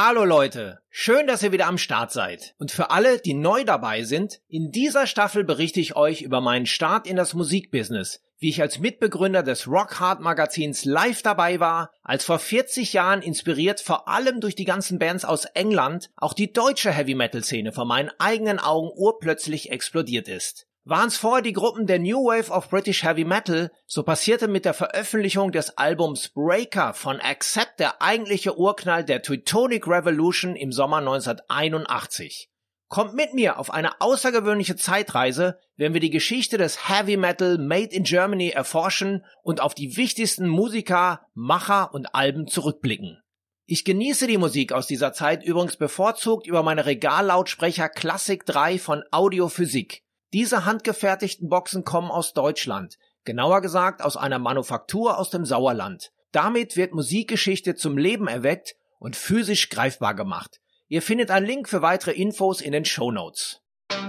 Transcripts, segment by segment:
Hallo Leute, schön, dass ihr wieder am Start seid. Und für alle, die neu dabei sind, in dieser Staffel berichte ich euch über meinen Start in das Musikbusiness, wie ich als Mitbegründer des Rock Hard Magazins live dabei war, als vor 40 Jahren inspiriert vor allem durch die ganzen Bands aus England auch die deutsche Heavy-Metal-Szene vor meinen eigenen Augen urplötzlich explodiert ist. Waren es vorher die Gruppen der New Wave of British Heavy Metal, so passierte mit der Veröffentlichung des Albums Breaker von Accept der eigentliche Urknall der Teutonic Revolution im Sommer 1981. Kommt mit mir auf eine außergewöhnliche Zeitreise, wenn wir die Geschichte des Heavy Metal Made in Germany erforschen und auf die wichtigsten Musiker, Macher und Alben zurückblicken. Ich genieße die Musik aus dieser Zeit übrigens bevorzugt über meine Regallautsprecher Classic 3 von Audiophysik. Diese handgefertigten Boxen kommen aus Deutschland, genauer gesagt aus einer Manufaktur aus dem Sauerland. Damit wird Musikgeschichte zum Leben erweckt und physisch greifbar gemacht. Ihr findet einen Link für weitere Infos in den Shownotes.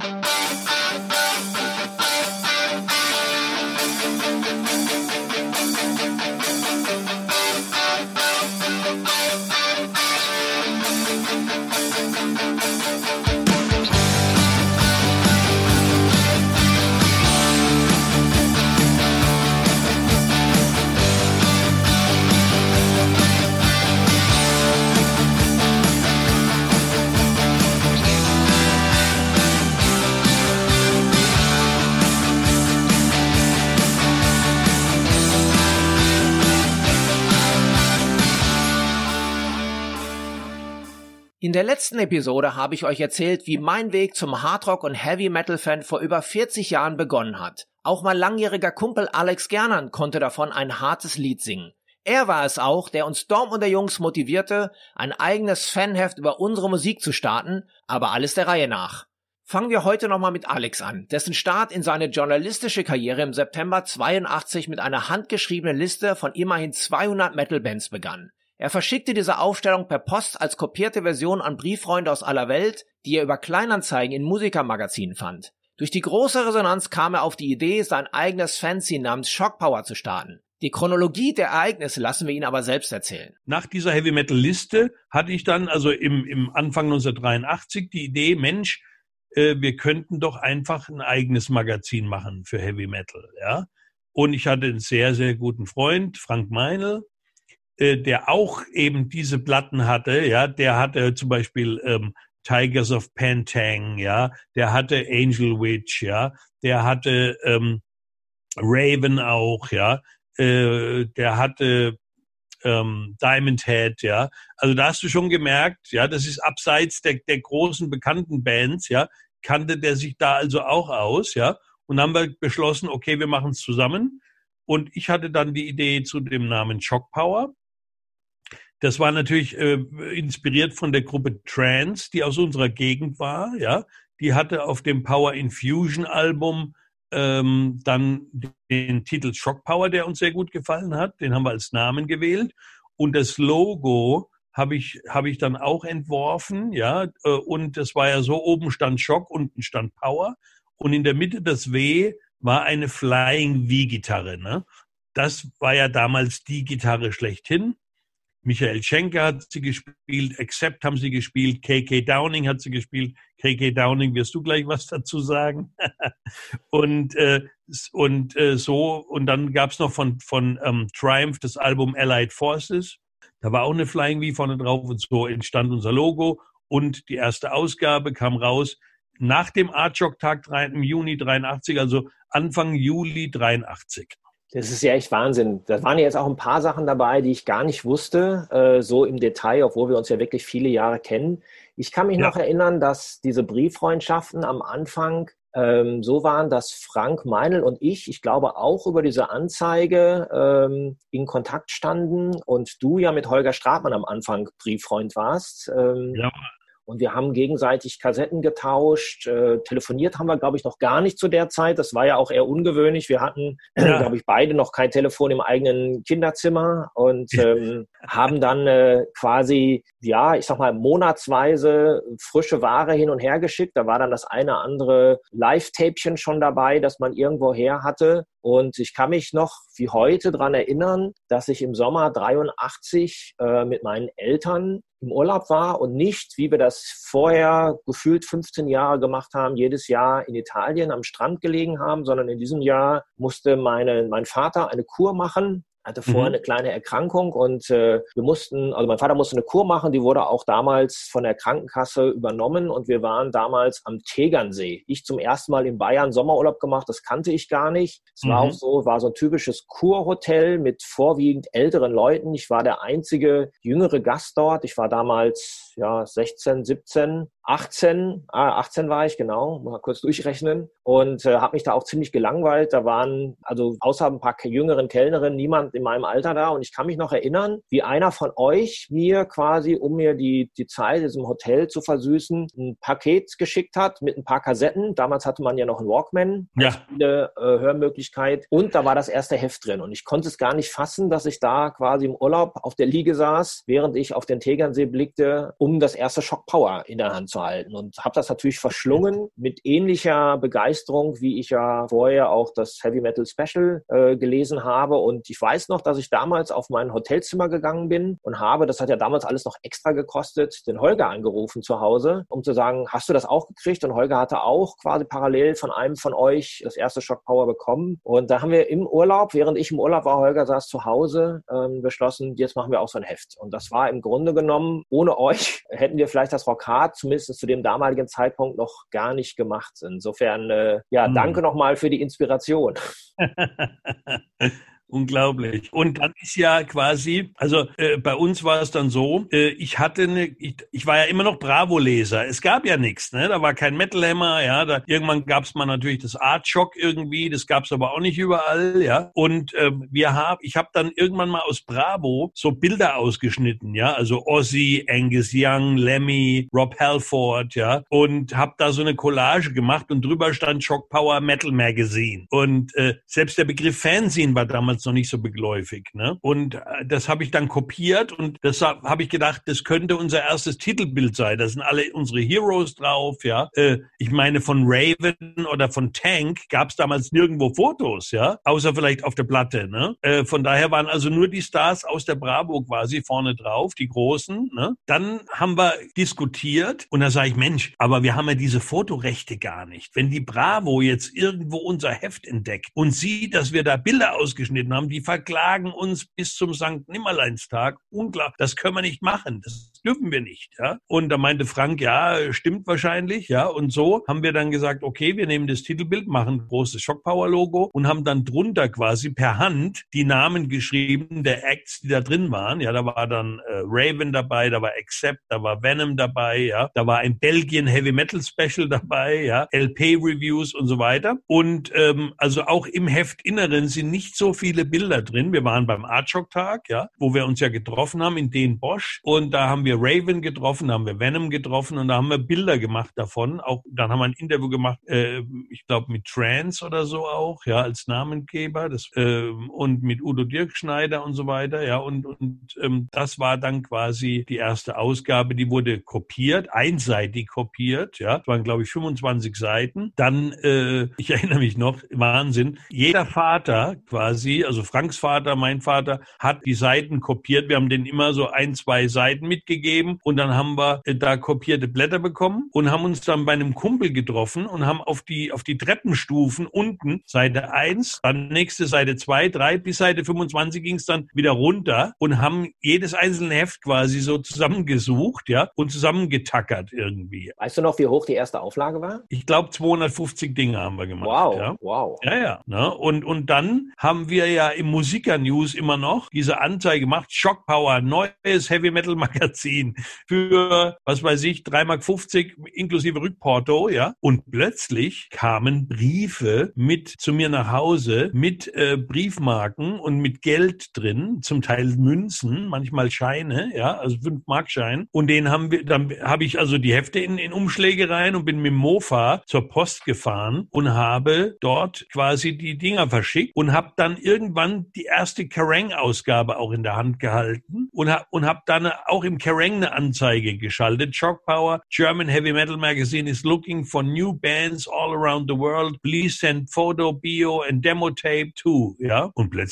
In der letzten Episode habe ich euch erzählt, wie mein Weg zum Hardrock- und Heavy-Metal-Fan vor über 40 Jahren begonnen hat. Auch mein langjähriger Kumpel Alex Gernand konnte davon ein hartes Lied singen. Er war es auch, der uns Dom und der Jungs motivierte, ein eigenes Fanheft über unsere Musik zu starten, aber alles der Reihe nach. Fangen wir heute nochmal mit Alex an, dessen Start in seine journalistische Karriere im September 82 mit einer handgeschriebenen Liste von immerhin 200 Metal-Bands begann. Er verschickte diese Aufstellung per Post als kopierte Version an Brieffreunde aus aller Welt, die er über Kleinanzeigen in Musikermagazinen fand. Durch die große Resonanz kam er auf die Idee, sein eigenes Fanzine namens Shock Power zu starten. Die Chronologie der Ereignisse lassen wir ihn aber selbst erzählen. Nach dieser Heavy-Metal-Liste hatte ich dann, also im Anfang 1983, die Idee, Mensch, wir könnten doch einfach ein eigenes Magazin machen für Heavy-Metal. Ja? Und ich hatte einen sehr, sehr guten Freund, Frank Meinl, der auch eben diese Platten hatte, ja, der hatte zum Beispiel Tigers of Pantang, ja, der hatte Angel Witch, ja, der hatte Raven auch, ja, der hatte Diamond Head, ja, also da hast du schon gemerkt, ja, das ist abseits der großen bekannten Bands, ja, kannte der sich da also auch aus, ja, und haben wir beschlossen, okay, wir machen es zusammen und ich hatte dann die Idee zu dem Namen Shock Power. Das war natürlich inspiriert von der Gruppe Trance, die aus unserer Gegend war. Ja, die hatte auf dem Power Infusion Album dann den Titel Shock Power, der uns sehr gut gefallen hat. Den haben wir als Namen gewählt. Und das Logo habe ich dann auch entworfen. Ja, und das war ja so: oben stand Shock, unten stand Power. Und in der Mitte das W war eine Flying V-Gitarre. Ne? Das war ja damals die Gitarre schlechthin. Michael Schenker hat sie gespielt, Accept haben sie gespielt, KK Downing hat sie gespielt. KK Downing, wirst du gleich was dazu sagen? und dann gab's noch von Triumph das Album Allied Forces. Da war auch eine Flying V vorne drauf und so entstand unser Logo. Und die erste Ausgabe kam raus nach dem Artjock-Tag im Juni 83, also Anfang Juli 83. Das ist ja echt Wahnsinn. Da waren ja jetzt auch ein paar Sachen dabei, die ich gar nicht wusste, so im Detail, obwohl wir uns ja wirklich viele Jahre kennen. Ich kann mich noch erinnern, dass diese Brieffreundschaften am Anfang so waren, dass Frank Meinl und ich glaube auch über diese Anzeige in Kontakt standen und du ja mit Holger Stratmann am Anfang Brieffreund warst. Ja. Und wir haben gegenseitig Kassetten getauscht. Telefoniert haben wir, glaube ich, noch gar nicht zu der Zeit. Das war ja auch eher ungewöhnlich. Wir hatten, glaube ich, beide noch kein Telefon im eigenen Kinderzimmer und haben dann quasi, ja, ich sag mal, monatsweise frische Ware hin und her geschickt. Da war dann das eine andere Live-Tapchen schon dabei, das man irgendwo her hatte. Und ich kann mich noch wie heute dran erinnern, dass ich im Sommer 83 mit meinen Eltern im Urlaub war und nicht, wie wir das vorher gefühlt 15 Jahre gemacht haben, jedes Jahr in Italien am Strand gelegen haben, sondern in diesem Jahr musste mein Vater eine Kur machen. Hatte vorher eine kleine Erkrankung und mein Vater musste eine Kur machen, die wurde auch damals von der Krankenkasse übernommen und wir waren damals am Tegernsee. Ich zum ersten Mal in Bayern Sommerurlaub gemacht, das kannte ich gar nicht. Es war auch so, war so ein typisches Kurhotel mit vorwiegend älteren Leuten. Ich war der einzige jüngere Gast dort. Ich war damals 16, 17, 18 war ich, genau, mal kurz durchrechnen und habe mich da auch ziemlich gelangweilt. Da waren also außer ein paar jüngeren Kellnerinnen niemand in meinem Alter da und ich kann mich noch erinnern, wie einer von euch mir quasi, um mir die Zeit in diesem Hotel zu versüßen, ein Paket geschickt hat mit ein paar Kassetten. Damals hatte man ja noch einen Walkman, viele Hörmöglichkeit und da war das erste Heft drin und ich konnte es gar nicht fassen, dass ich da quasi im Urlaub auf der Liege saß, während ich auf den Tegernsee blickte, um das erste Shock Power in der Hand zu halten und habe das natürlich verschlungen mit ähnlicher Begeisterung, wie ich ja vorher auch das Heavy Metal Special gelesen habe und ich weiß noch, dass ich damals auf mein Hotelzimmer gegangen bin und habe, das hat ja damals alles noch extra gekostet, den Holger angerufen zu Hause, um zu sagen, hast du das auch gekriegt? Und Holger hatte auch quasi parallel von einem von euch das erste Shock Power bekommen und da haben wir im Urlaub, während ich im Urlaub war, Holger saß zu Hause, beschlossen, jetzt machen wir auch so ein Heft und das war im Grunde genommen, ohne euch hätten wir vielleicht das Rock Hard zumindest zu dem damaligen Zeitpunkt noch gar nicht gemacht. Insofern, danke nochmal für die Inspiration. Unglaublich. Und dann ist ja quasi, also bei uns war es dann so, ich war ja immer noch Bravo-Leser. Es gab ja nichts, ne? Da war kein Metal Hammer, ja. Irgendwann gab es mal natürlich das Art Shock irgendwie, das gab es aber auch nicht überall, ja. Und ich habe dann irgendwann mal aus Bravo so Bilder ausgeschnitten, ja. Also Ozzy, Angus Young, Lemmy, Rob Halford, ja. Und habe da so eine Collage gemacht und drüber stand Shock Power Metal Magazine. Und selbst der Begriff Fanzine war damals noch nicht so begläufig, ne? Und das habe ich dann kopiert und deshalb habe ich gedacht, das könnte unser erstes Titelbild sein. Da sind alle unsere Heroes drauf, ja. Ich meine, von Raven oder von Tank gab es damals nirgendwo Fotos, ja, außer vielleicht auf der Platte, ne? Von daher waren also nur die Stars aus der Bravo quasi vorne drauf, die Großen, ne? Dann haben wir diskutiert und da sage ich, Mensch, aber wir haben ja diese Fotorechte gar nicht. Wenn die Bravo jetzt irgendwo unser Heft entdeckt und sieht, dass wir da Bilder ausgeschnitten haben, die verklagen uns bis zum Sankt Nimmerleinstag. Unglaublich, das können wir nicht machen, das dürfen wir nicht, ja. Und da meinte Frank, ja, stimmt wahrscheinlich, ja. Und so haben wir dann gesagt, okay, wir nehmen das Titelbild, machen ein großes Shock Power Logo und haben dann drunter quasi per Hand die Namen geschrieben der Acts, die da drin waren. Ja, da war dann Raven dabei, da war Accept, da war Venom dabei, ja. Da war ein Belgian Heavy Metal Special dabei, ja. LP Reviews und so weiter. Und also auch im Heftinneren sind nicht so viele Bilder drin. Wir waren beim Artshock-Tag, ja, wo wir uns ja getroffen haben in Den Bosch und da haben wir Raven getroffen, da haben wir Venom getroffen und da haben wir Bilder gemacht davon. Auch dann haben wir ein Interview gemacht, ich glaube mit Trance oder so auch, ja, als Namengeber, und mit Udo Dirkschneider und so weiter, ja, und das war dann quasi die erste Ausgabe, die wurde kopiert, einseitig kopiert, ja, das waren glaube ich 25 Seiten. Dann, ich erinnere mich noch, Wahnsinn, jeder Vater quasi, also Franks Vater, mein Vater, hat die Seiten kopiert. Wir haben denen immer so 1, 2 Seiten mitgegeben und dann haben wir da kopierte Blätter bekommen und haben uns dann bei einem Kumpel getroffen und haben auf die Treppenstufen unten Seite 1, dann nächste Seite 2, 3 bis Seite 25 ging es dann wieder runter und haben jedes einzelne Heft quasi so zusammengesucht, ja, und zusammengetackert irgendwie. Weißt du noch, wie hoch die erste Auflage war? Ich glaube 250 Dinge haben wir gemacht. Wow, ja. wow. Ja. Ne? Und dann haben wir ja im Musiker-News immer noch diese Anzeige gemacht, Shock Power, neues Heavy Metal Magazin für, was weiß ich, 3,50 Mark inklusive Rückporto, ja. Und plötzlich kamen Briefe zu mir nach Hause mit Briefmarken und mit Geld drin, zum Teil Münzen, manchmal Scheine, ja, also 5-Mark-Schein. Und dann habe ich also die Hefte in Umschläge rein und bin mit dem Mofa zur Post gefahren und habe dort quasi die Dinger verschickt und habe dann irgendwann die erste Kerrang-Ausgabe auch in der Hand gehalten und hab dann auch im Kerrang eine Anzeige geschaltet. Shock Power, German Heavy Metal Magazine is looking for new bands all around the world. Please send photo, bio and demo tape too. Ja? Und plötzlich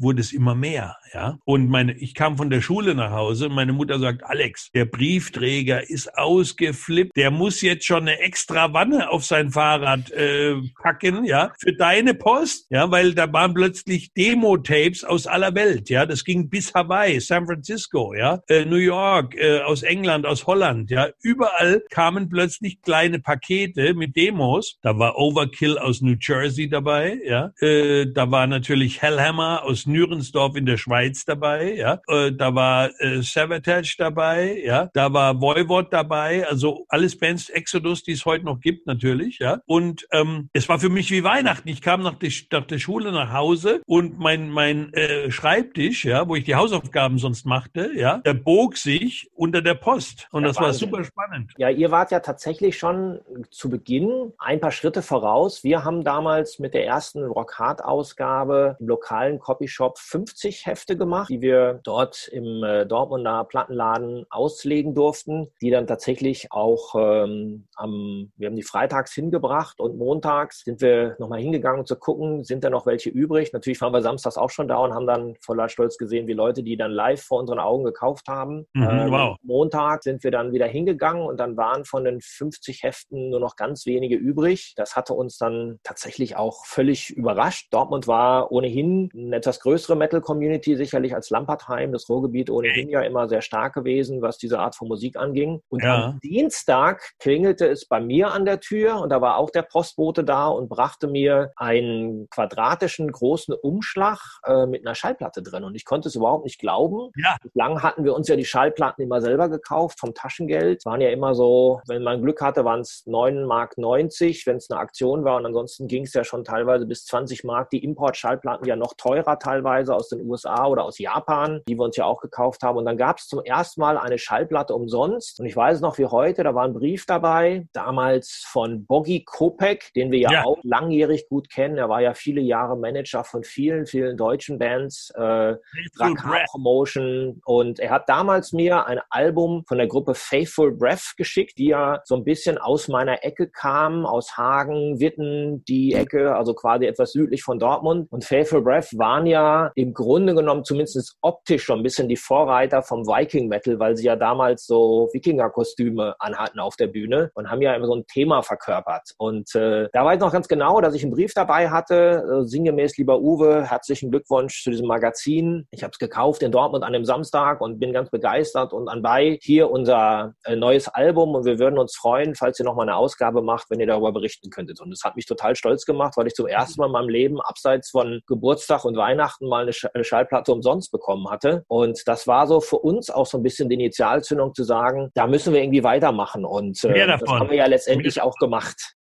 wurde es immer mehr, ja. Und ich kam von der Schule nach Hause und meine Mutter sagt, Alex, der Briefträger ist ausgeflippt, der muss jetzt schon eine extra Wanne auf sein Fahrrad packen, ja, für deine Post, ja, weil da waren plötzlich Demo-Tapes aus aller Welt, ja. Das ging bis Hawaii, San Francisco, ja, New York, aus England, aus Holland, ja. Überall kamen plötzlich kleine Pakete mit Demos. Da war Overkill aus New Jersey dabei, ja. Da war natürlich Hellhammer aus Nürensdorf in der Schweiz dabei, ja. Da war Savatage dabei, ja. Da war Voivod dabei, also alles Bands, Exodus, die es heute noch gibt natürlich, ja. Und es war für mich wie Weihnachten. Ich kam nach der Schule nach Hause und mein Schreibtisch, ja, wo ich die Hausaufgaben sonst machte, ja, der bog sich unter der Post. Und das war super spannend. Ja, ihr wart ja tatsächlich schon zu Beginn ein paar Schritte voraus. Wir haben damals mit der ersten Rock-Hard-Ausgabe im lokalen Copyshop 50 Hefte gemacht, die wir dort im Dortmunder Plattenladen auslegen durften, die dann tatsächlich auch wir haben die freitags hingebracht und montags sind wir nochmal hingegangen, um zu gucken, sind da noch welche übrig. Natürlich waren wir samstags auch schon da und haben dann voller Stolz gesehen, wie Leute, die dann live vor unseren Augen gekauft haben. Wow. Montag sind wir dann wieder hingegangen und dann waren von den 50 Heften nur noch ganz wenige übrig. Das hatte uns dann tatsächlich auch völlig überrascht. Dortmund war ohnehin eine etwas größere Metal-Community, sicherlich als Lampertheim, das Ruhrgebiet ohnehin ja immer sehr stark gewesen, was diese Art von Musik anging. Und am Dienstag klingelte es bei mir an der Tür und da war auch der Postbote da und brachte mir einen quadratischen großen Umschlag mit einer Schallplatte drin. Und ich konnte es überhaupt nicht glauben. Ja. Bislang hatten wir uns ja die Schallplatten immer selber gekauft vom Taschengeld. Es waren ja immer so, wenn man Glück hatte, waren es 9,90 Mark, wenn es eine Aktion war. Und ansonsten ging es ja schon teilweise bis 20 Mark. Die Import-Schallplatten ja noch teurer teilweise aus den USA oder aus Japan, die wir uns ja auch gekauft haben. Und dann gab es zum ersten Mal eine Schallplatte umsonst. Und ich weiß es noch wie heute, da war ein Brief dabei, damals von Boggy Kopek, den wir ja auch langjährig gut kennen. Er war ja viele Jahre Manager von vielen, vielen deutschen Bands, Drakkar Promotion. Und er hat damals mir ein Album von der Gruppe Faithful Breath geschickt, die ja so ein bisschen aus meiner Ecke kam, aus Hagen, Witten, die Ecke, also quasi etwas südlich von Dortmund. Und Faithful Breath waren ja im Grunde genommen zumindest optisch schon ein bisschen die Vorreiter vom Viking Metal, weil sie ja damals so Wikinger-Kostüme anhatten auf der Bühne und haben ja immer so ein Thema verkörpert. Und da weiß ich noch ganz genau, dass ich einen Brief dabei hatte, sinngemäß, lieber Uwe, herzlichen Glückwunsch zu diesem Magazin. Ich habe es gekauft in Dortmund an dem Samstag und bin ganz begeistert und anbei hier unser neues Album und wir würden uns freuen, falls ihr nochmal eine Ausgabe macht, wenn ihr darüber berichten könntet. Und das hat mich total stolz gemacht, weil ich zum ersten Mal in meinem Leben abseits von Geburtstag und Weihnachten mal eine Schallplatte umsonst bekommen hatte. Und das war so für uns auch so ein bisschen die Initialzündung zu sagen, da müssen wir irgendwie weitermachen. Und das haben wir ja letztendlich auch gemacht.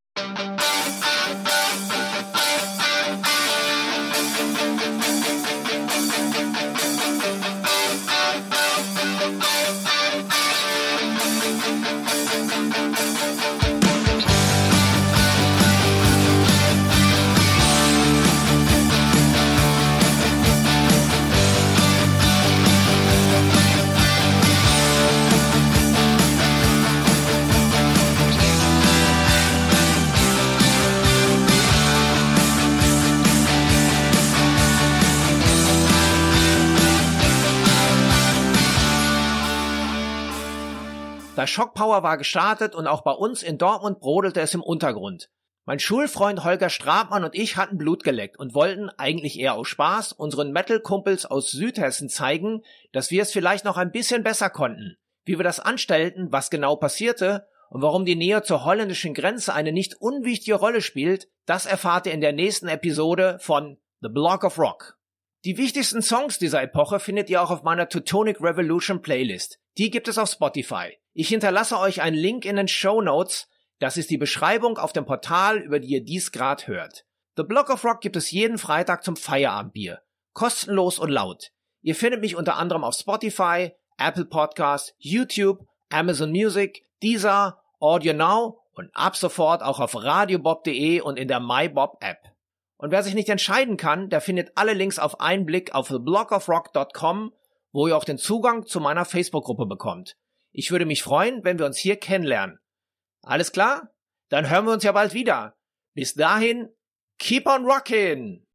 Das Shock Power war gestartet und auch bei uns in Dortmund brodelte es im Untergrund. Mein Schulfreund Holger Strabmann und ich hatten Blut geleckt und wollten, eigentlich eher aus Spaß, unseren Metal-Kumpels aus Südhessen zeigen, dass wir es vielleicht noch ein bisschen besser konnten. Wie wir das anstellten, was genau passierte und warum die Nähe zur holländischen Grenze eine nicht unwichtige Rolle spielt, das erfahrt ihr in der nächsten Episode von The Block of Rock. Die wichtigsten Songs dieser Epoche findet ihr auch auf meiner Teutonic Revolution Playlist. Die gibt es auf Spotify. Ich hinterlasse euch einen Link in den Shownotes. Das ist die Beschreibung auf dem Portal, über die ihr dies gerade hört. The Block of Rock gibt es jeden Freitag zum Feierabendbier. Kostenlos und laut. Ihr findet mich unter anderem auf Spotify, Apple Podcasts, YouTube, Amazon Music, Deezer, Audio Now und ab sofort auch auf radiobob.de und in der MyBob App. Und wer sich nicht entscheiden kann, der findet alle Links auf einen Blick auf theblockofrock.com, wo ihr auch den Zugang zu meiner Facebook-Gruppe bekommt. Ich würde mich freuen, wenn wir uns hier kennenlernen. Alles klar? Dann hören wir uns ja bald wieder. Bis dahin, keep on rockin'!